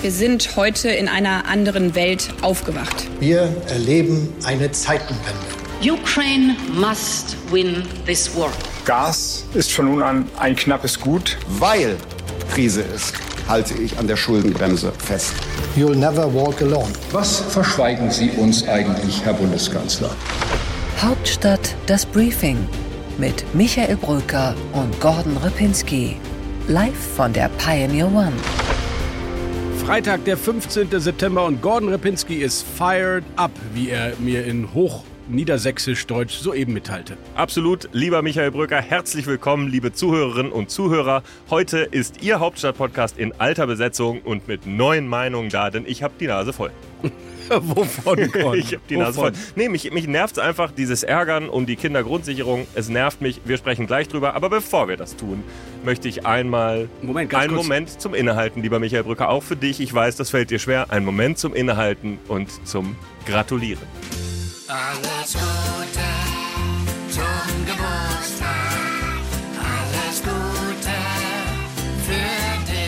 Wir sind heute in einer anderen Welt aufgewacht. Wir erleben eine Zeitenwende. Ukraine must win this war. Gas ist von nun an ein knappes Gut. Weil Krise ist, halte ich an der Schuldenbremse fest. You'll never walk alone. Was verschweigen Sie uns eigentlich, Herr Bundeskanzler? Hauptstadt das Briefing mit Michael Bröker und Gordon Ripinski. Live von der Pioneer One. Freitag, der 15. September und Gordon Ripinski ist fired up, wie er mir in Hochniedersächsisch-Deutsch soeben mitteilte. Absolut, lieber Michael Bröker, herzlich willkommen, liebe Zuhörerinnen und Zuhörer. Heute ist Ihr Hauptstadt-Podcast in alter Besetzung und mit neuen Meinungen da, denn ich habe die Nase voll. Wovon, Gordon? Ich habe die Nase voll. Nee, mich nervt es einfach, dieses Ärgern um die Kindergrundsicherung. Es nervt mich, wir sprechen gleich drüber. Aber bevor wir das tun, möchte ich einmal einen Moment zum Innehalten, lieber Michael Bröcker. Auch für dich, ich weiß, das fällt dir schwer. Einen Moment zum Innehalten und zum Gratulieren. Alles Gute zum Geburtstag. Alles Gute für dich.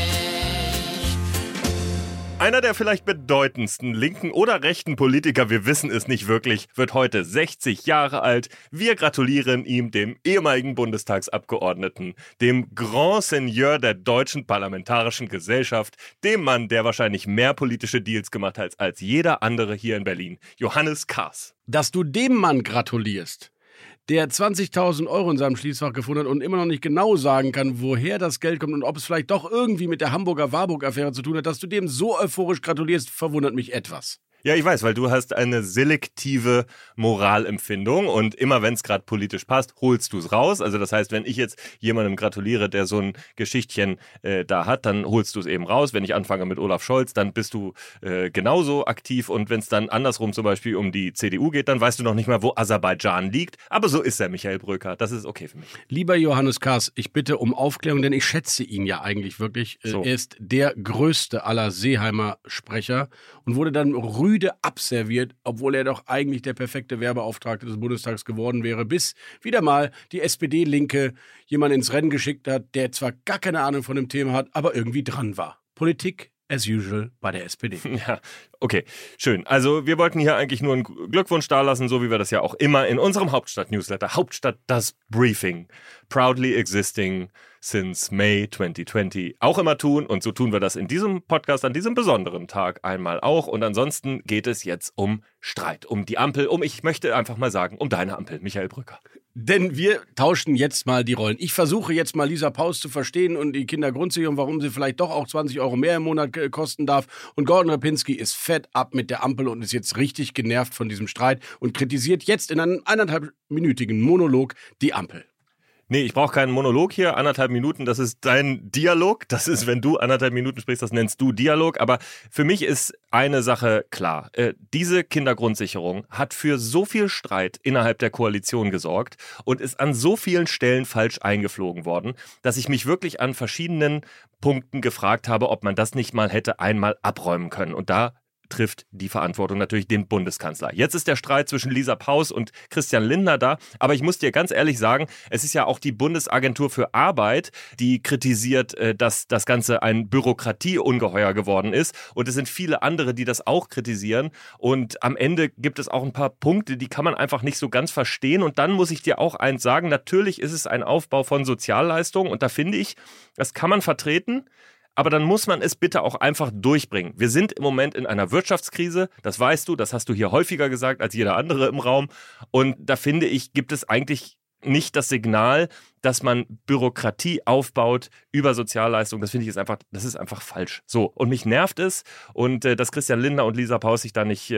Einer der vielleicht bedeutendsten linken oder rechten Politiker, wir wissen es nicht wirklich, wird heute 60 Jahre alt. Wir gratulieren ihm, dem ehemaligen Bundestagsabgeordneten, dem Grand Seigneur der deutschen parlamentarischen Gesellschaft, dem Mann, der wahrscheinlich mehr politische Deals gemacht hat als jeder andere hier in Berlin, Johannes Kahrs. Dass du dem Mann gratulierst, der 20.000 Euro in seinem Schließfach gefunden hat und immer noch nicht genau sagen kann, woher das Geld kommt und ob es vielleicht doch irgendwie mit der Hamburger Warburg-Affäre zu tun hat, dass du dem so euphorisch gratulierst, verwundert mich etwas. Ja, ich weiß, weil du hast eine selektive Moralempfindung und immer wenn es gerade politisch passt, holst du es raus. Also das heißt, wenn ich jetzt jemandem gratuliere, der so ein Geschichtchen da hat, dann holst du es eben raus. Wenn ich anfange mit Olaf Scholz, dann bist du genauso aktiv und wenn es dann andersrum zum Beispiel um die CDU geht, dann weißt du noch nicht mal, wo Aserbaidschan liegt. Aber so ist er, Michael Bröker. Das ist okay für mich. Lieber Johannes Kahrs, ich bitte um Aufklärung, denn ich schätze ihn ja eigentlich wirklich. So. Er ist der größte aller Seeheimer Sprecher und wurde dann rüde abserviert, obwohl er doch eigentlich der perfekte Werbeauftragte des Bundestags geworden wäre, bis wieder mal die SPD-Linke jemanden ins Rennen geschickt hat, der zwar gar keine Ahnung von dem Thema hat, aber irgendwie dran war. Politik as usual bei der SPD. Ja, okay, schön. Also wir wollten hier eigentlich nur einen Glückwunsch dalassen, so wie wir das ja auch immer in unserem Hauptstadt-Newsletter, Hauptstadt das Briefing, proudly existing since May 2020, auch immer tun. Und so tun wir das in diesem Podcast an diesem besonderen Tag einmal auch. Und ansonsten geht es jetzt um Streit, um die Ampel, ich möchte einfach mal sagen, um deine Ampel, Michael Bröcker. Denn wir tauschen jetzt mal die Rollen. Ich versuche jetzt mal Lisa Paus zu verstehen und die Kindergrundsicherung, warum sie vielleicht doch auch 20 Euro mehr im Monat kosten darf. Und Gordon Ripinski ist fett ab mit der Ampel und ist jetzt richtig genervt von diesem Streit und kritisiert jetzt in einem 1,5-minütigen Monolog die Ampel. Nee, ich brauche keinen Monolog hier, 1,5 Minuten, das ist dein Dialog. Das ist, wenn du 1,5 Minuten sprichst, das nennst du Dialog. Aber für mich ist eine Sache klar. Diese Kindergrundsicherung hat für so viel Streit innerhalb der Koalition gesorgt und ist an so vielen Stellen falsch eingeflogen worden, dass ich mich wirklich an verschiedenen Punkten gefragt habe, ob man das nicht mal hätte einmal abräumen können. Und da trifft die Verantwortung natürlich den Bundeskanzler. Jetzt ist der Streit zwischen Lisa Paus und Christian Lindner da, aber ich muss dir ganz ehrlich sagen, es ist ja auch die Bundesagentur für Arbeit, die kritisiert, dass das Ganze ein Bürokratieungeheuer geworden ist und es sind viele andere, die das auch kritisieren und am Ende gibt es auch ein paar Punkte, die kann man einfach nicht so ganz verstehen und dann muss ich dir auch eins sagen, natürlich ist es ein Aufbau von Sozialleistungen und da finde ich, das kann man vertreten, aber dann muss man es bitte auch einfach durchbringen. Wir sind im Moment in einer Wirtschaftskrise, das weißt du, das hast du hier häufiger gesagt als jeder andere im Raum. Und da finde ich, gibt es eigentlich nicht das Signal, dass man Bürokratie aufbaut über Sozialleistungen. Das finde ich das ist einfach falsch. So, und mich nervt es und dass Christian Lindner und Lisa Paus sich da nicht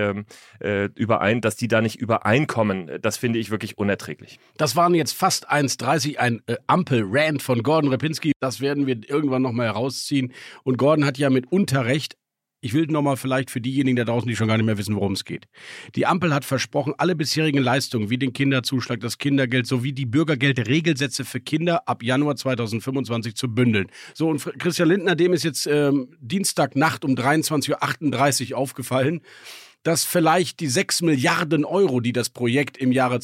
dass die da nicht übereinkommen, das finde ich wirklich unerträglich. Das waren jetzt fast 1,30, ein Ampel-Rant von Gordon Ripinski. Das werden wir irgendwann nochmal herausziehen. Und Gordon hat ja mitunter recht. Ich will nochmal vielleicht für diejenigen da draußen, die schon gar nicht mehr wissen, worum es geht. Die Ampel hat versprochen, alle bisherigen Leistungen wie den Kinderzuschlag, das Kindergeld sowie die Bürgergeldregelsätze für Kinder ab Januar 2025 zu bündeln. So, und Christian Lindner, dem ist jetzt Dienstagnacht um 23.38 Uhr aufgefallen, dass vielleicht die 6 Milliarden Euro, die das Projekt im Jahre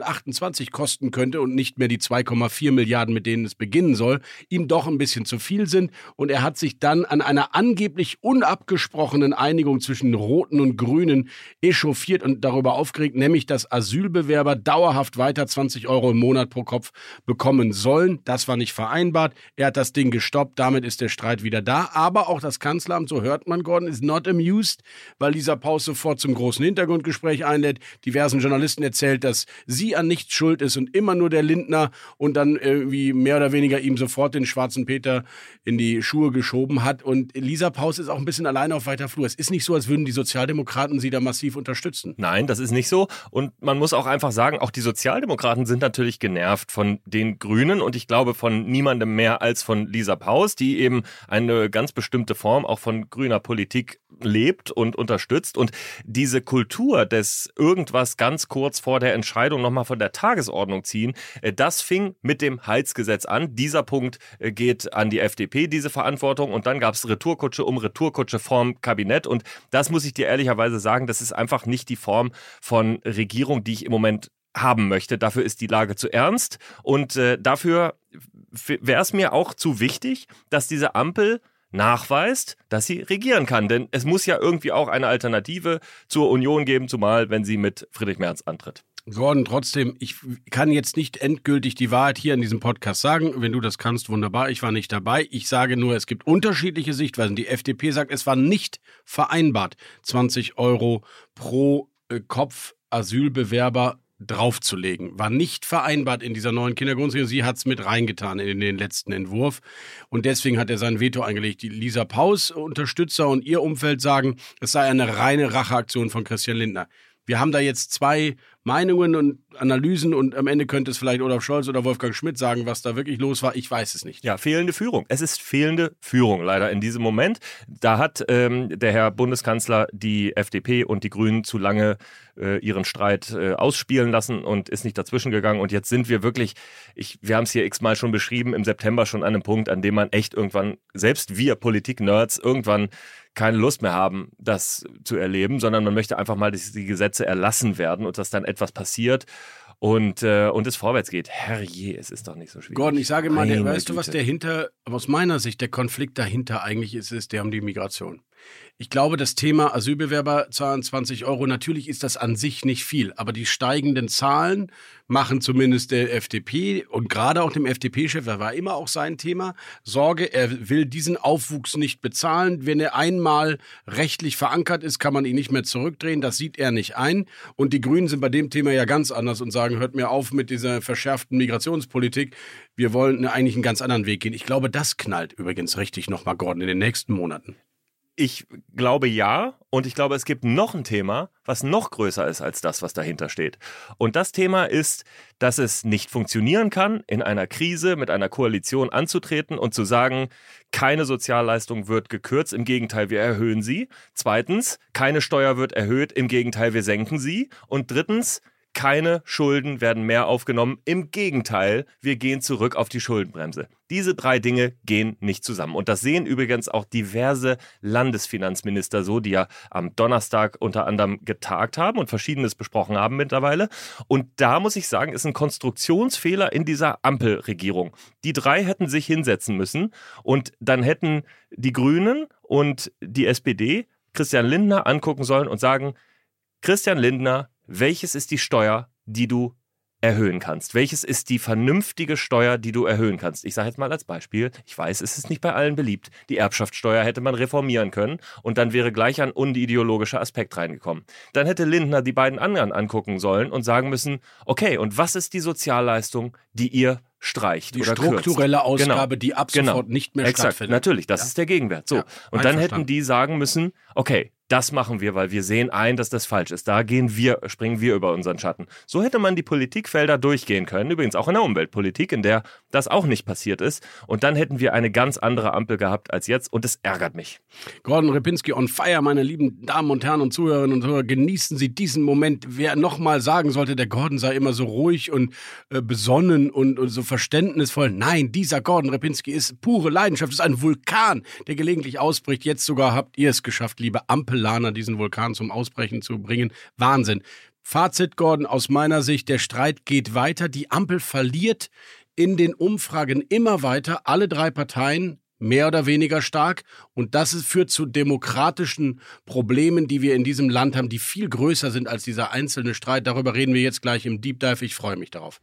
2028 kosten könnte und nicht mehr die 2,4 Milliarden, mit denen es beginnen soll, ihm doch ein bisschen zu viel sind. Und er hat sich dann an einer angeblich unabgesprochenen Einigung zwischen Roten und Grünen echauffiert und darüber aufgeregt, nämlich dass Asylbewerber dauerhaft weiter 20 Euro im Monat pro Kopf bekommen sollen. Das war nicht vereinbart. Er hat das Ding gestoppt. Damit ist der Streit wieder da. Aber auch das Kanzleramt, so hört man, Gordon, ist not amused, weil Lisa Paus sofort zum großen Hintergrundgespräch einlädt, diversen Journalisten erzählt, dass sie an nichts schuld ist und immer nur der Lindner und dann irgendwie mehr oder weniger ihm sofort den schwarzen Peter in die Schuhe geschoben hat. Und Lisa Paus ist auch ein bisschen alleine auf weiter Flur. Es ist nicht so, als würden die Sozialdemokraten sie da massiv unterstützen. Nein, das ist nicht so. Und man muss auch einfach sagen, auch die Sozialdemokraten sind natürlich genervt von den Grünen und ich glaube von niemandem mehr als von Lisa Paus, die eben eine ganz bestimmte Form auch von grüner Politik lebt und unterstützt. Und diese Kultur des irgendwas ganz kurz vor der Entscheidung nochmal von der Tagesordnung ziehen, das fing mit dem Heizgesetz an. Dieser Punkt geht an die FDP, diese Verantwortung. Und dann gab es Retourkutsche um Retourkutsche vorm Kabinett. Und das muss ich dir ehrlicherweise sagen, das ist einfach nicht die Form von Regierung, die ich im Moment haben möchte. Dafür ist die Lage zu ernst. Und dafür wäre es mir auch zu wichtig, dass diese Ampel nachweist, dass sie regieren kann. Denn es muss ja irgendwie auch eine Alternative zur Union geben, zumal wenn sie mit Friedrich Merz antritt. Gordon, trotzdem, ich kann jetzt nicht endgültig die Wahrheit hier in diesem Podcast sagen. Wenn du das kannst, wunderbar. Ich war nicht dabei. Ich sage nur, es gibt unterschiedliche Sichtweisen. Die FDP sagt, es war nicht vereinbart, 20 Euro pro Kopf Asylbewerber draufzulegen. War nicht vereinbart in dieser neuen Kindergrundsicherung. Sie hat es mit reingetan in den letzten Entwurf. Und deswegen hat er sein Veto eingelegt. Die Lisa Paus Unterstützer und ihr Umfeld sagen, es sei eine reine Racheaktion von Christian Lindner. Wir haben da jetzt zwei Meinungen und Analysen und am Ende könnte es vielleicht Olaf Scholz oder Wolfgang Schmidt sagen, was da wirklich los war. Ich weiß es nicht. Ja, fehlende Führung. Es ist fehlende Führung leider in diesem Moment. Da hat der Herr Bundeskanzler die FDP und die Grünen zu lange ihren Streit ausspielen lassen und ist nicht dazwischen gegangen. Und jetzt sind wir wirklich, wir haben es hier x-mal schon beschrieben, im September schon an einem Punkt, an dem man echt irgendwann, selbst wir Politik-Nerds, irgendwann keine Lust mehr haben, das zu erleben, sondern man möchte einfach mal, dass die Gesetze erlassen werden und dass dann etwas passiert und es vorwärts geht. Herrje, es ist doch nicht so schwierig. Gordon, ich sage mal, weißt du, was aus meiner Sicht der Konflikt dahinter eigentlich ist der um die Migration. Ich glaube, das Thema Asylbewerber zahlen 20 Euro, natürlich ist das an sich nicht viel, aber die steigenden Zahlen machen zumindest der FDP und gerade auch dem FDP-Chef, das war immer auch sein Thema, Sorge, er will diesen Aufwuchs nicht bezahlen. Wenn er einmal rechtlich verankert ist, kann man ihn nicht mehr zurückdrehen, das sieht er nicht ein. Und die Grünen sind bei dem Thema ja ganz anders und sagen, hört mir auf mit dieser verschärften Migrationspolitik, wir wollen eigentlich einen ganz anderen Weg gehen. Ich glaube, das knallt übrigens richtig nochmal, Gordon, in den nächsten Monaten. Ich glaube ja, und ich glaube, es gibt noch ein Thema, was noch größer ist als das, was dahinter steht. Und das Thema ist, dass es nicht funktionieren kann, in einer Krise mit einer Koalition anzutreten und zu sagen, keine Sozialleistung wird gekürzt, im Gegenteil, wir erhöhen sie. Zweitens, keine Steuer wird erhöht, im Gegenteil, wir senken sie. Und drittens, keine Schulden werden mehr aufgenommen. Im Gegenteil, wir gehen zurück auf die Schuldenbremse. Diese drei Dinge gehen nicht zusammen. Und das sehen übrigens auch diverse Landesfinanzminister so, die ja am Donnerstag unter anderem getagt haben und Verschiedenes besprochen haben mittlerweile. Und da muss ich sagen, ist ein Konstruktionsfehler in dieser Ampelregierung. Die drei hätten sich hinsetzen müssen und dann hätten die Grünen und die SPD Christian Lindner angucken sollen und sagen, Christian Lindner, welches ist die Steuer, die du erhöhen kannst? Welches ist die vernünftige Steuer, die du erhöhen kannst? Ich sage jetzt mal als Beispiel, ich weiß, es ist nicht bei allen beliebt. Die Erbschaftssteuer hätte man reformieren können und dann wäre gleich ein unideologischer Aspekt reingekommen. Dann hätte Lindner die beiden anderen angucken sollen und sagen müssen, okay, und was ist die Sozialleistung, die ihr streicht die oder strukturelle kürzt? Ausgabe, die ab sofort nicht mehr stattfindet. Natürlich, das ist der Gegenwert. So. Und dann hätten die sagen müssen, okay, das machen wir, weil wir sehen ein, dass das falsch ist. Da springen wir über unseren Schatten. So hätte man die Politikfelder durchgehen können, übrigens auch in der Umweltpolitik, in der das auch nicht passiert ist. Und dann hätten wir eine ganz andere Ampel gehabt als jetzt und es ärgert mich. Gordon Repinski on fire, meine lieben Damen und Herren und Zuhörerinnen und Zuhörer, genießen Sie diesen Moment. Wer nochmal sagen sollte, der Gordon sei immer so ruhig und besonnen und so verständnisvoll. Nein, dieser Gordon Repinski ist pure Leidenschaft, ist ein Vulkan, der gelegentlich ausbricht. Jetzt sogar habt ihr es geschafft, liebe Ampel Ampellaner diesen Vulkan zum Ausbrechen zu bringen. Wahnsinn. Fazit, Gordon, aus meiner Sicht, der Streit geht weiter. Die Ampel verliert in den Umfragen immer weiter. Alle 3 Parteien mehr oder weniger stark. Und das führt zu demokratischen Problemen, die wir in diesem Land haben, die viel größer sind als dieser einzelne Streit. Darüber reden wir jetzt gleich im Deep Dive. Ich freue mich darauf.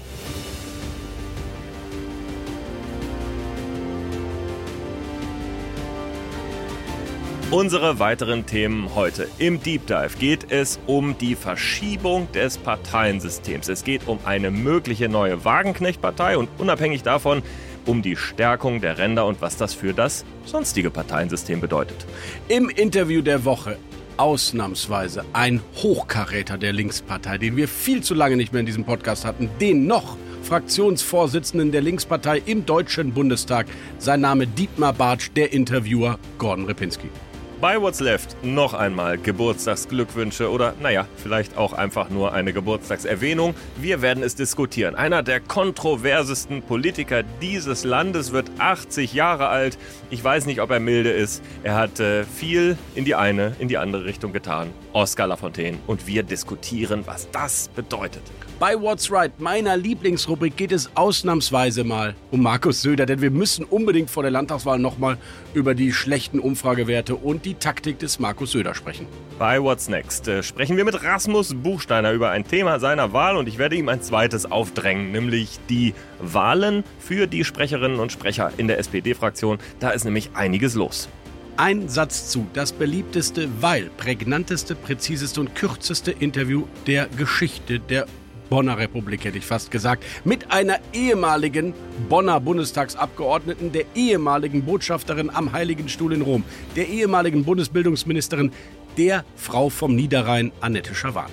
Unsere weiteren Themen heute. Im Deep Dive geht es um die Verschiebung des Parteiensystems. Es geht um eine mögliche neue Wagenknecht-Partei und unabhängig davon um die Stärkung der Ränder und was das für das sonstige Parteiensystem bedeutet. Im Interview der Woche ausnahmsweise ein Hochkaräter der Linkspartei, den wir viel zu lange nicht mehr in diesem Podcast hatten, den noch Fraktionsvorsitzenden der Linkspartei im Deutschen Bundestag. Sein Name Dietmar Bartsch, der Interviewer Gordon Repinski. Bei What's Left noch einmal Geburtstagsglückwünsche oder, vielleicht auch einfach nur eine Geburtstagserwähnung. Wir werden es diskutieren. Einer der kontroversesten Politiker dieses Landes wird 80 Jahre alt. Ich weiß nicht, ob er milde ist. Er hat viel in die eine, in die andere Richtung getan. Oskar Lafontaine. Und wir diskutieren, was das bedeutet. Bei What's Right, meiner Lieblingsrubrik, geht es ausnahmsweise mal um Markus Söder, denn wir müssen unbedingt vor der Landtagswahl nochmal über die schlechten Umfragewerte und die Taktik des Markus Söder sprechen. Bei What's Next sprechen wir mit Rasmus Buchsteiner über ein Thema seiner Wahl und ich werde ihm ein zweites aufdrängen, nämlich die Wahlen für die Sprecherinnen und Sprecher in der SPD-Fraktion. Da ist nämlich einiges los. Ein Satz zu, das beliebteste, weil prägnanteste, präziseste und kürzeste Interview der Geschichte der Bonner Republik, hätte ich fast gesagt, mit einer ehemaligen Bonner Bundestagsabgeordneten, der ehemaligen Botschafterin am Heiligen Stuhl in Rom, der ehemaligen Bundesbildungsministerin, der Frau vom Niederrhein, Annette Schawan.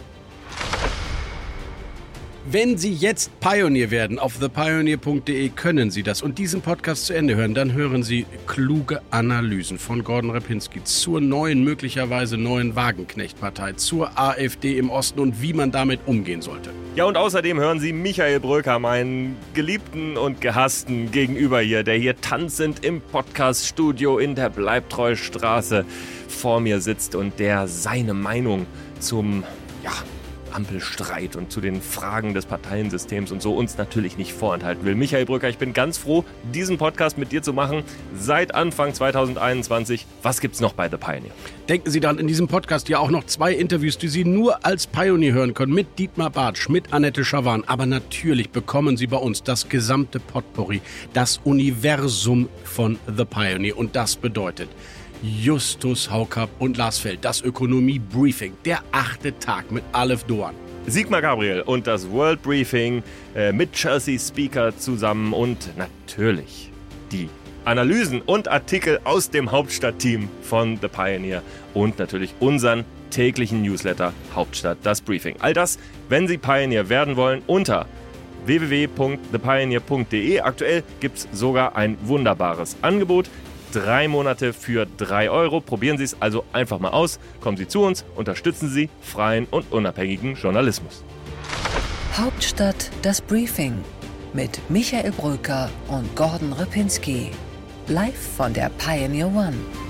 Wenn Sie jetzt Pioneer werden auf thepioneer.de, können Sie das und diesen Podcast zu Ende hören, dann hören Sie kluge Analysen von Gordon Repinski zur möglicherweise neuen Wagenknecht-Partei, zur AfD im Osten und wie man damit umgehen sollte. Ja, und außerdem hören Sie Michael Bröker, meinen geliebten und gehassten Gegenüber hier, der hier tanzend im Podcaststudio in der Bleibtreustraße vor mir sitzt und der seine Meinung zum, Ampelstreit und zu den Fragen des Parteiensystems und so uns natürlich nicht vorenthalten will. Michael Bröcker, ich bin ganz froh, diesen Podcast mit dir zu machen. Seit Anfang 2021. Was gibt's noch bei The Pioneer? Denken Sie dann in diesem Podcast ja auch noch 2 Interviews, die Sie nur als Pioneer hören können, mit Dietmar Bartsch, mit Annette Schawan. Aber natürlich bekommen Sie bei uns das gesamte Potpourri, das Universum von The Pioneer. Und das bedeutet Justus Haukapp und Lars Feld, das Ökonomie-Briefing, der 8. Tag mit Aleph Doan. Sigmar Gabriel und das World Briefing mit Chelsea Speaker zusammen und natürlich die Analysen und Artikel aus dem Hauptstadtteam von The Pioneer und natürlich unseren täglichen Newsletter Hauptstadt, das Briefing. All das, wenn Sie Pioneer werden wollen, unter www.thepioneer.de. Aktuell gibt es sogar ein wunderbares Angebot. 3 Monate für 3 €. Probieren Sie es also einfach mal aus. Kommen Sie zu uns, unterstützen Sie freien und unabhängigen Journalismus. Hauptstadt, das Briefing mit Michael Bröker und Gordon Repinski. Live von der Pioneer One.